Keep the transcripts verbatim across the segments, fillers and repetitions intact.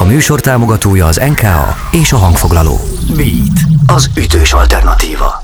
műsor támogatója az en ká á és a hangfoglaló. Beat, az ütős alternatíva.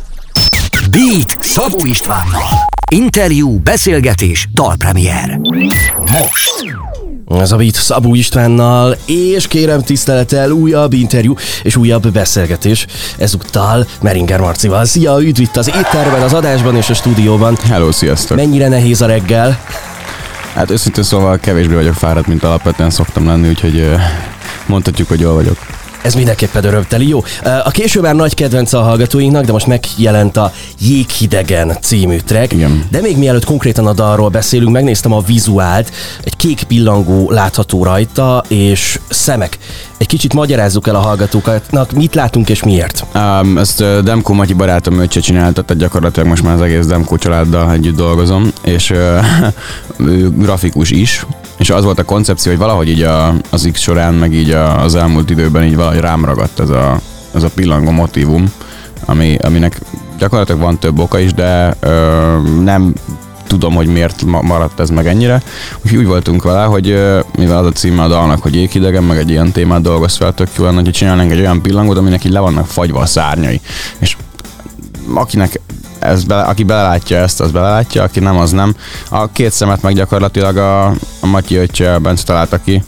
Beat Szabó Istvánnal. Interjú, beszélgetés, dalpremier. Most. Ez a Beat Szabó Istvánnal, és kérem tisztelettel újabb interjú és újabb beszélgetés. Ezúttal Meringer Marcival. Szia, üdv itt az étterben, az adásban és a stúdióban. Hello, sziasztok! Mennyire nehéz a reggel? Hát őszintén szóval kevésbé vagyok fáradt, mint alapvetően szoktam lenni, úgyhogy mondhatjuk, hogy jól vagyok. Ez mindenképpen örömteli. Jó, a késő már nagy kedvence a hallgatóinknak, de most megjelent a Jéghidegen című track. Igen. De még mielőtt konkrétan a dalról beszélünk, megnéztem a vizuált, egy kék pillangó látható rajta, és szemek. Egy kicsit magyarázzuk el a hallgatóknak, mit látunk és miért. Um, ezt Demko Matyi barátom öccse csinálta, tehát gyakorlatilag most már az egész Demko családdal együtt dolgozom, és uh, ő grafikus is, és az volt a koncepció, hogy valahogy így a, az X során, meg így a, az elmúlt időben így valahogy rám ragadt ez a, ez a pillangó motívum, ami, aminek gyakorlatilag van több oka is, de uh, nem tudom, hogy miért maradt ez meg ennyire. Úgyhogy úgy voltunk vele, hogy mivel az a címe a dalnak, hogy Jéghidegen, meg egy ilyen témát dolgoz fel, tök jó lenne, hogy csinálnánk egy olyan pillangót, aminek így le vannak fagyva a szárnyai. És akinek ez bele, aki belelátja ezt, az belelátja, aki nem, az nem. A két szemet meg gyakorlatilag a, a Matyi öccse, Bence találta ki.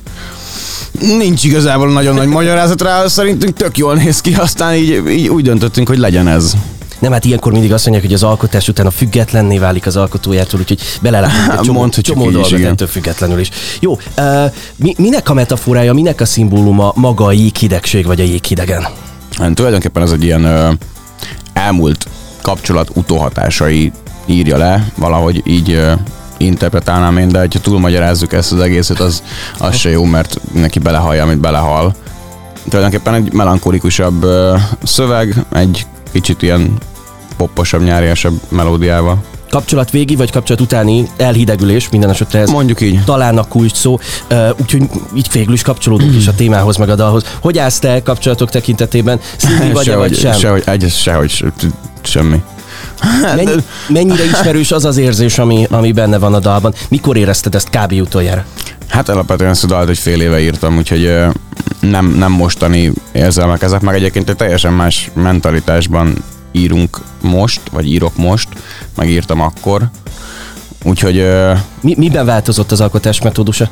Nincs igazából nagyon nagy magyarázat rá, szerintünk tök jól néz ki, aztán így, így úgy döntöttünk, hogy legyen ez. Nem, hát ilyenkor mindig azt mondják, hogy az alkotás után a függetlenné válik az alkotójától, úgyhogy belelátunk egy csomó, csomó dolgot ettől függetlenül is. Jó, uh, mi, minek a metaforája, minek a szimbóluma maga a jéghidegség vagy a Jéghidegen? Hát, tulajdonképpen ez egy ilyen uh, elmúlt kapcsolat utóhatásai írja le, valahogy így uh, interpretálnám én, de hogyha túlmagyarázzuk ezt az egészet, az, az se jó, mert neki belehallja, amit belehal. Tulajdonképpen egy melankolikusabb uh, szöveg, egy kicsit ilyen popposabb, nyáriasabb melódiával. Kapcsolat végi vagy kapcsolat utáni elhidegülés, minden esetre ez mondjuk így. Talán a kulcs szó, úgyhogy így végül is kapcsolódunk is a témához, meg a dalhoz. Hogy állsz te kapcsolatok tekintetében? Szívni vagy, sehogy, vagy sem? Sehogy, egy, sehogy semmi. Mennyi, mennyire ismerős az az érzés, ami, ami benne van a dalban? Mikor érezted ezt kb. Utoljára? Hát alapvetően ezt a dalt egy fél éve írtam, úgyhogy nem, nem mostani érzelmek ezek, meg egyébként egy teljesen más mentalitásban írunk most, vagy írok most, meg írtam akkor. Úgyhogy... Mi, miben változott az alkotás metódusa?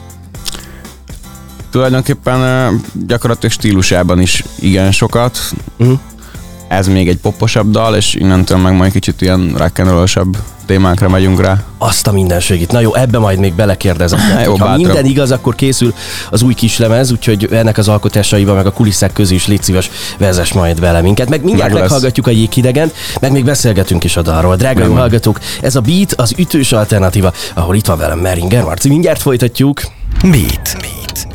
Tulajdonképpen gyakorlatilag stílusában is igen sokat. Uh-huh. Ez még egy poposabb dal, és innentől meg majd kicsit ilyen rock and roll-sabb témákra megyünk rá. Azt a mindenségit. Na jó, ebbe majd még belekérdezem. Jó, ha minden igaz, akkor készül az új kislemez, úgyhogy ennek az alkotásaival, meg a kulisszák közé is légy szíves, vezess majd vele minket. Meg mindjárt meg meghallgatjuk a Jéghidegent, meg még beszélgetünk is a dalról. Drága jó hallgatók, ez a Beat, az ütős alternatíva, ahol itt van velem Meringer Marci. Mindjárt folytatjuk. Beat. Beat.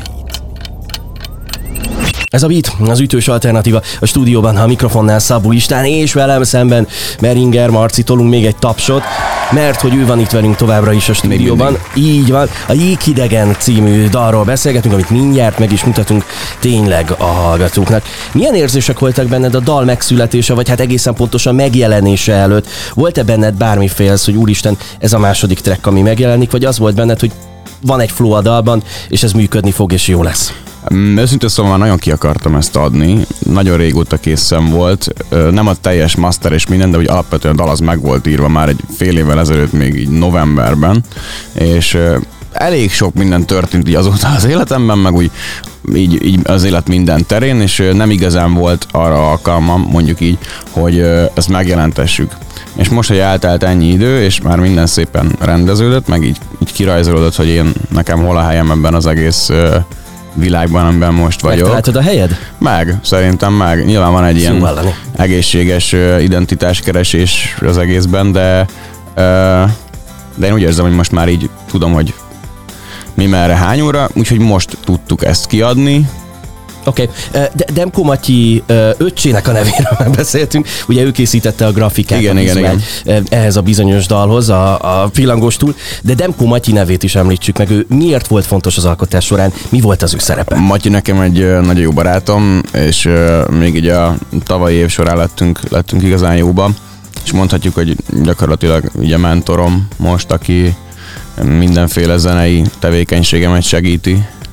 Ez a Beat, az ütős alternatíva, a stúdióban a mikrofonnál Szabó István, és velem szemben Meringer Marci. Tolunk még egy tapsot, mert hogy ő van itt velünk továbbra is a stúdióban. Így van, a Jéghidegen című dalról beszélgetünk, amit mindjárt meg is mutatunk tényleg a hallgatóknak. Milyen érzések voltak benned a dal megszületése, vagy hát egészen pontosan megjelenése előtt? Volt-e benned bármi félsz, hogy úristen, ez a második track, ami megjelenik, vagy az volt benned, hogy van egy flow a dalban, és ez működni fog, és jó lesz? Őszintén szóval már nagyon ki akartam ezt adni, nagyon régóta készen volt, nem a teljes master és minden, de úgy alapvetően a dal az meg volt írva már egy fél évvel ezelőtt, még így novemberben, és elég sok minden történt így azóta az életemben, meg úgy így, így az élet minden terén, és nem igazán volt arra alkalmam, mondjuk így, hogy ezt megjelentessük. És most, hogy eltelt ennyi idő, és már minden szépen rendeződött, meg így, így kirajzolódott, hogy én, nekem hol a helyem ebben az egész világban, amiben most vagyok. Megtaláltad a helyed? Meg, szerintem meg. Nyilván van egy ilyen Szóval egészséges identitáskeresés az egészben, de, de én úgy érzem, hogy most már így tudom, hogy mi merre hány óra, úgyhogy most tudtuk ezt kiadni. Oké, okay. De Demko Matyi öccsének a nevéről már beszéltünk, ugye ő készítette a grafikát igen, igen, igen. ehhez a bizonyos dalhoz, a, a pillangós túl, de Demko Matyi nevét is említsük meg, ő miért volt fontos az alkotás során, mi volt az ő szerepe? Matyi nekem egy nagyon jó barátom, és még így a tavalyi év során lettünk, lettünk igazán jóba, és mondhatjuk, hogy gyakorlatilag ugye mentorom most, aki mindenféle zenei tevékenységemet segíti,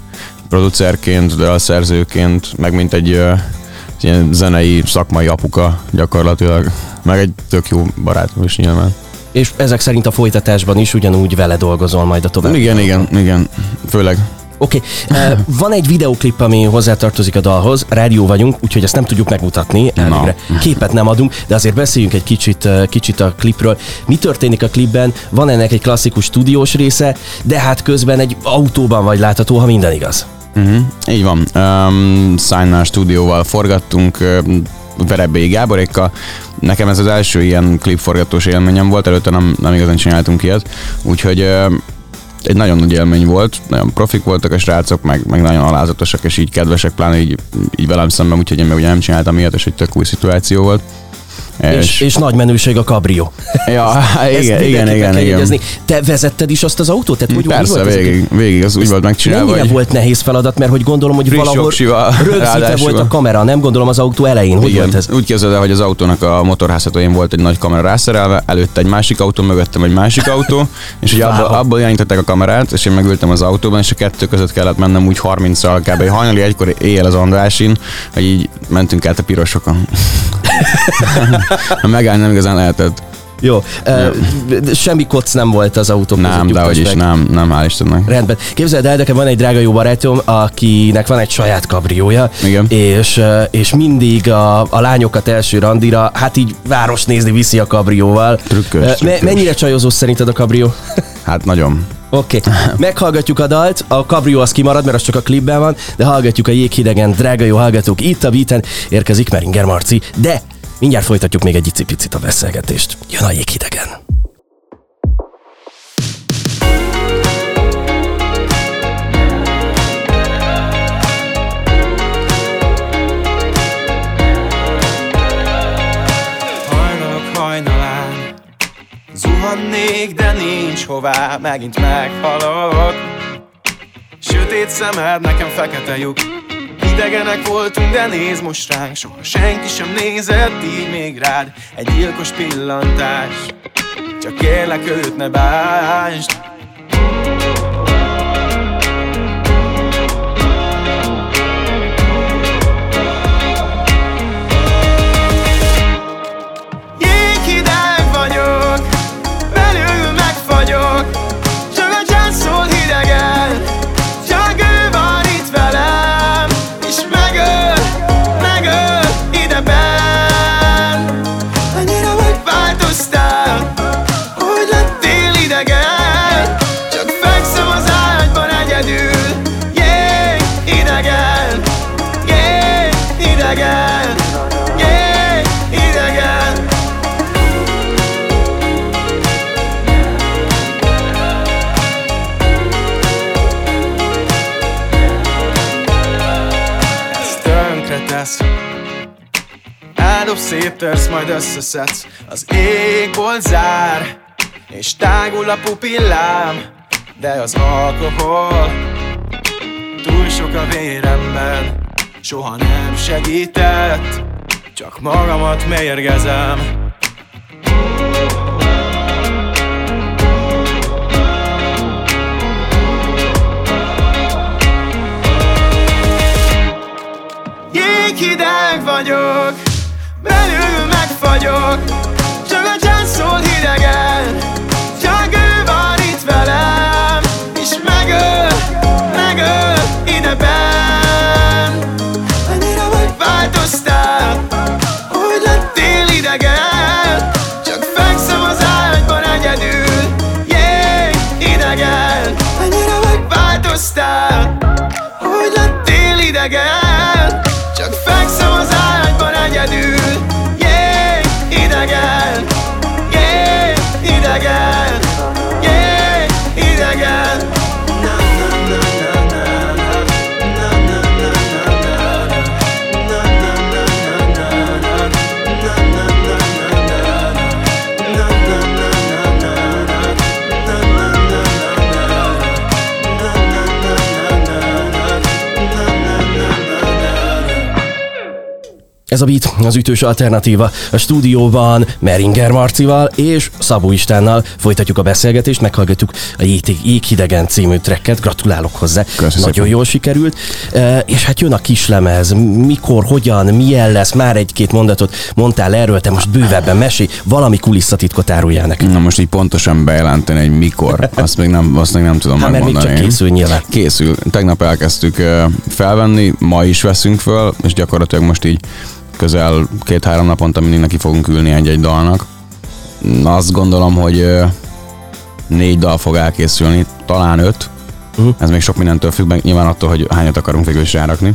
producerként, dalszerzőként, meg mint egy uh, ilyen zenei, szakmai apuka gyakorlatilag, meg egy tök jó barátom is nyilván. És ezek szerint a folytatásban is ugyanúgy vele dolgozol majd a tovább. Igen, igen, igen, főleg. Oké, okay. uh, van egy videoklip, ami hozzátartozik a dalhoz, rádió vagyunk, úgyhogy ezt nem tudjuk megmutatni, elvégre no. képet nem adunk, de azért beszéljünk egy kicsit, uh, kicsit a klipről. Mi történik a klipben? Van ennek egy klasszikus stúdiós része, de hát közben egy autóban vagy látható, ha minden igaz. Uh-huh. Így van. Um, Signal stúdióval forgattunk, uh, Verebélyi Gáborékkal. Nekem ez az első ilyen klipforgatós élményem volt, előtte nem, nem igazán csináltunk ilyet, úgyhogy uh, egy nagyon nagy élmény volt, nagyon profik voltak a srácok, meg, meg nagyon alázatosak, és így kedvesek, pláne így, így velem szemben, úgyhogy én meg ugye nem csináltam ilyet, és egy tök új szituáció volt. És, és, és nagy menőség a kabrió. Ja, igen, igen, igen, igen. Te vezetted is azt az autót? Tehát, hogy persze, úgy végig, végig az úgy volt megcsinálva. Mennyire volt nehéz feladat, mert hogy gondolom, hogy valahol rögzítve volt a kamera, nem gondolom az autó elején. Hogy igen, volt ez? Úgy képzeld el, hogy az autónak a motorháztetőjén volt egy nagy kamera rászerelve, előtte egy másik autó, mögöttem egy másik autó, és ugye abból, abból irányították a kamerát, és én megültem az autóban, és a kettő között kellett mennem úgy harminccal, kb. Hajnali egykor éjjel az Andrásin, hogy így mentünk át a pirosokon. Megállni nem igazán lehetett. Jó, ja. uh, semmi koc nem volt az autó között. Nem, de hogy is, nem, nem, hál' Istennek. Rendben. Képzeld el, nekem van egy drága jó barátom, akinek van egy saját kabriója, igen. És, és mindig a, a lányokat első randira, hát így város nézni viszi a kabrióval. Trükkös, uh, trükkös. Mennyire csajozós szerinted a kabrió? Hát nagyon. Oké, okay. Meghallgatjuk a dalt, a kabrió az kimarad, mert az csak a klipben van, de hallgatjuk a Jéghidegen, drága jó hallgatók, itt a Beaten érkezik Meringer Marci, de mindjárt folytatjuk még egy icipicit a beszélgetést. Jön a Jéghidegen. Hajnalok hajnalán zuhannék, de nincs hová, megint meghalok. Sötét szemed, nekem fekete lyuk. Idegenek voltunk, de nézd most ránk. Soha senki sem nézett így még rád. Egy gyilkos pillantás, csak kérlek őt ne bántsd. Jéghideg vagyok, belül megfagyok. Csak a csend szól hidegen, csak ő van itt velem. És megöl, megöl ideben. Annyira megváltoztál, hogy lettél idegen. Csak fekszem az ágyban egyedül. Jég, idegen, jég, idegen, jég, idegen. Ez tönkre tesz. Eldob szép törsz, majd összeszedsz. Az égbolt zár, és tágul a pupillám. De az alkohol túl sok a véremben. Soha nem segített, csak magamat mérgezem. Jéghideg vagyok, belül megfagyok. Csak a csend szól hidegen, csak ő van itt velem. És megöl, megöl ideben. Annyira megváltoztál, hogy lettél idegen. Csak fekszem az ágyban egyedül. Jég, idegen. Annyira megváltoztál, hogy lettél idegen. Csak fekszem az ágyban egyedül. Jég, idegen, jég, idegen, jég, idegen. Na, na, na, na, na, na, Ez a Beat, az ütős alternatíva. A stúdióban Meringer Marcival és Szabó Istvánnal folytatjuk a beszélgetést, meghallgatjuk a Jéghidegen című tracket, gratulálok hozzá. Köszönöm. Nagyon jól sikerült. E, és hát jön a kislemez, mikor, hogyan, milyen lesz, már egy-két mondatot mondtál erről, te most bővebben mesélj, valami kulisszatitkot áruljál nekünk. Na most így pontosan bejelenteni, hogy mikor, azt még nem, azt még nem tudom hát, megmondani. Mert még csak készül nyilván. Készül. Tegnap elkezdtük felvenni, ma is veszünk föl, és gyakorlatilag most így közel két-három naponta mindig neki fogunk ülni egy-egy dalnak. Azt gondolom, hogy négy dal fog elkészülni, talán öt. Uh-huh. Ez még sok mindentől függ, meg nyilván attól, hogy hányat akarunk végül is rárakni.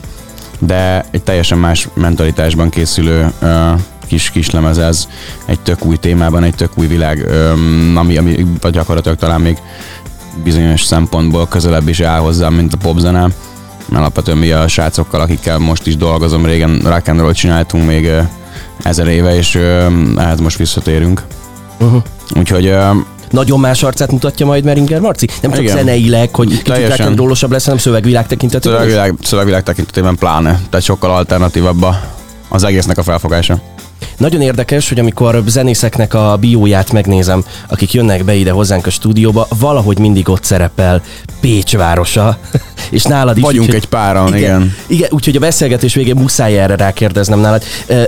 De egy teljesen más mentalitásban készülő uh, kis kislemez ez, egy tök új témában, egy tök új világ, um, ami, ami gyakorlatilag talán még bizonyos szempontból közelebb is áll hozzám, mint a popzene. Alapvetően mi a srácokkal, akikkel most is dolgozom, régen rock and roll csináltunk még uh, ezer éve, és uh, ehhez most visszatérünk. Uh-huh. Úgyhogy uh, nagyon más arcát mutatja majd Meringer Marci? Nem csak igen. zeneileg, hogy kicsit rock and rollosabb lesz, hanem szövegvilág tekintetében? Szövegvilág, szövegvilág tekintetében pláne, tehát sokkal alternatívabb az egésznek a felfogása. Nagyon érdekes, hogy amikor zenészeknek a bióját megnézem, akik jönnek be ide hozzánk a stúdióba, valahogy mindig ott szerepel Pécs városa, és nálad is. Vagyunk úgy, egy páran, igen. Igen, igen úgyhogy a beszélgetés végén muszáj erre rákérdeznem nálad.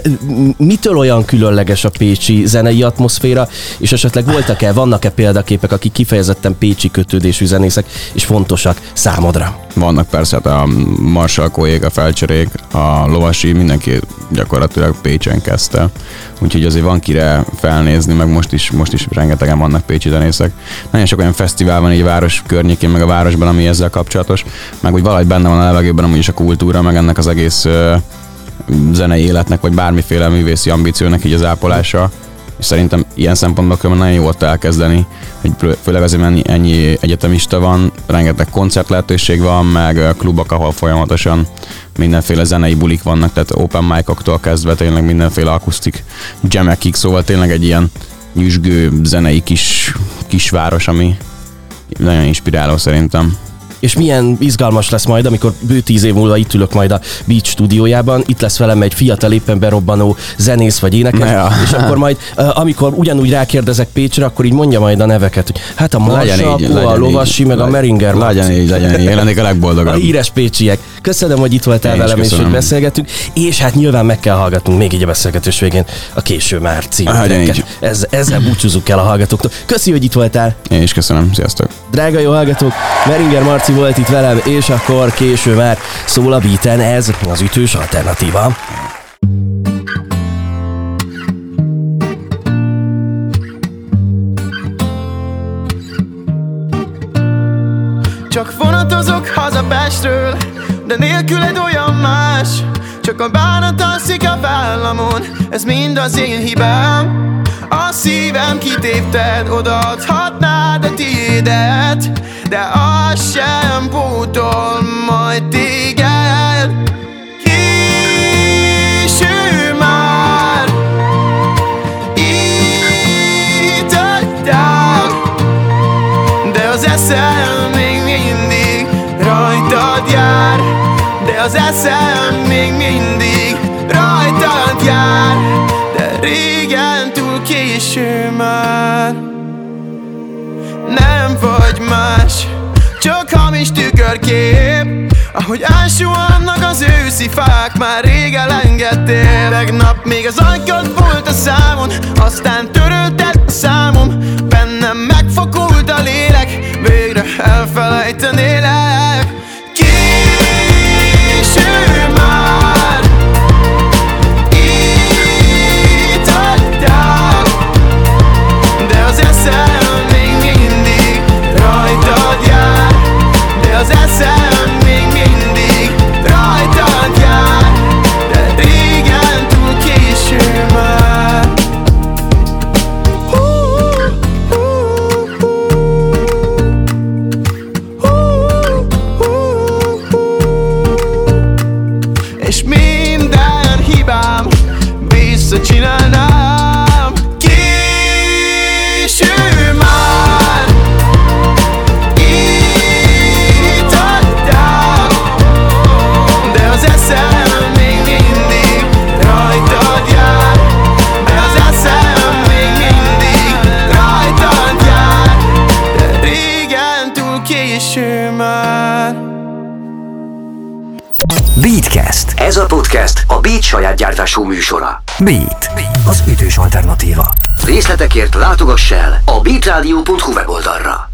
Mitől olyan különleges a pécsi zenei atmoszféra, és esetleg voltak-e, vannak-e példaképek, akik kifejezetten pécsi kötődésű zenészek, és fontosak számodra? Vannak persze, hát a Marsalkóék, a Felcserék, a Lovasi, mindenki gyakorlatilag Pécsen kezdte. Úgyhogy azért van kire felnézni, meg most is, most is rengetegen vannak pécsi zenészek. Nagyon sok olyan fesztivál van így a város környékén, meg a városban, ami ezzel kapcsolatos, meg úgy valahogy benne van a levegőben amúgy is a kultúra, meg ennek az egész uh, zenei életnek, vagy bármiféle művészi ambíciónak így az ápolása. És szerintem ilyen szempontból kell nagyon jó ott elkezdeni, hogy főleg azért, mert ennyi egyetemista van, rengeteg koncert lehetőség van, meg klubok, ahol folyamatosan mindenféle zenei bulik vannak, tehát open mic-októl kezdve tényleg mindenféle akusztik jamekig, szóval tényleg egy ilyen nyüzsgő zenei kis, kisváros, ami nagyon inspiráló szerintem. És milyen izgalmas lesz majd, amikor bő tíz év múlva itt ülök majd a Beat stúdiójában, itt lesz velem egy fiatal éppen berobbanó zenész vagy énekes, ja. És akkor majd, amikor ugyanúgy rákérdezek Pécsre, akkor így mondja majd a neveket, hogy hát a Marsalkó, a Lovasi, így, meg legyen, a Meringer Marci. Legyen így, legyen így, lennék a legboldogabb. A híres pécsiek. Köszönöm, hogy itt voltál velem, és hogy beszélgettünk, és hát nyilván meg kell hallgatnunk még így a beszélgetés végén a Késő már című. Ez, ezzel búcsúzzuk el a hallgatóktól. Köszi, hogy itt voltál. Én is köszönöm, sziasztok. Drága jó hallgatók, Meringer Marci volt itt velem, és akkor Késő már szól a Beaten, ez az ütős alternatíva. Csak vonatozok haza Pestről, de nélküled olyan más. Csak a bánat alszik a vállamon, ez mind az én hibám. A szívem kitépted, odaadhatnád a tiédet, de az sem pótol majd téged. Késő már, itt hagytál, de az eszem még mindig rajtad jár, de az eszem még mindig rajtad jár, de régen túl késő már. Nem vagy más, csak hamis tükörkép, ahogy ásúannak az őszi fák, már rég elengedtél. Tegnap még az ajkad volt a számon, aztán törölted a számom. Bennem megfakult a lélek, végre elfelejtenélek. Késő már, itt hagytál, de az eszem még mindig rajtad jár, de az eszem még mindig rajtad jár, de régen túl késő már. Uh, uh, uh, uh, uh. Beatcast. Ez a podcast a Beat saját gyártású műsora. Beat, az ütős alternatíva. Részletekért látogass el a beatradio pont hu weboldalra.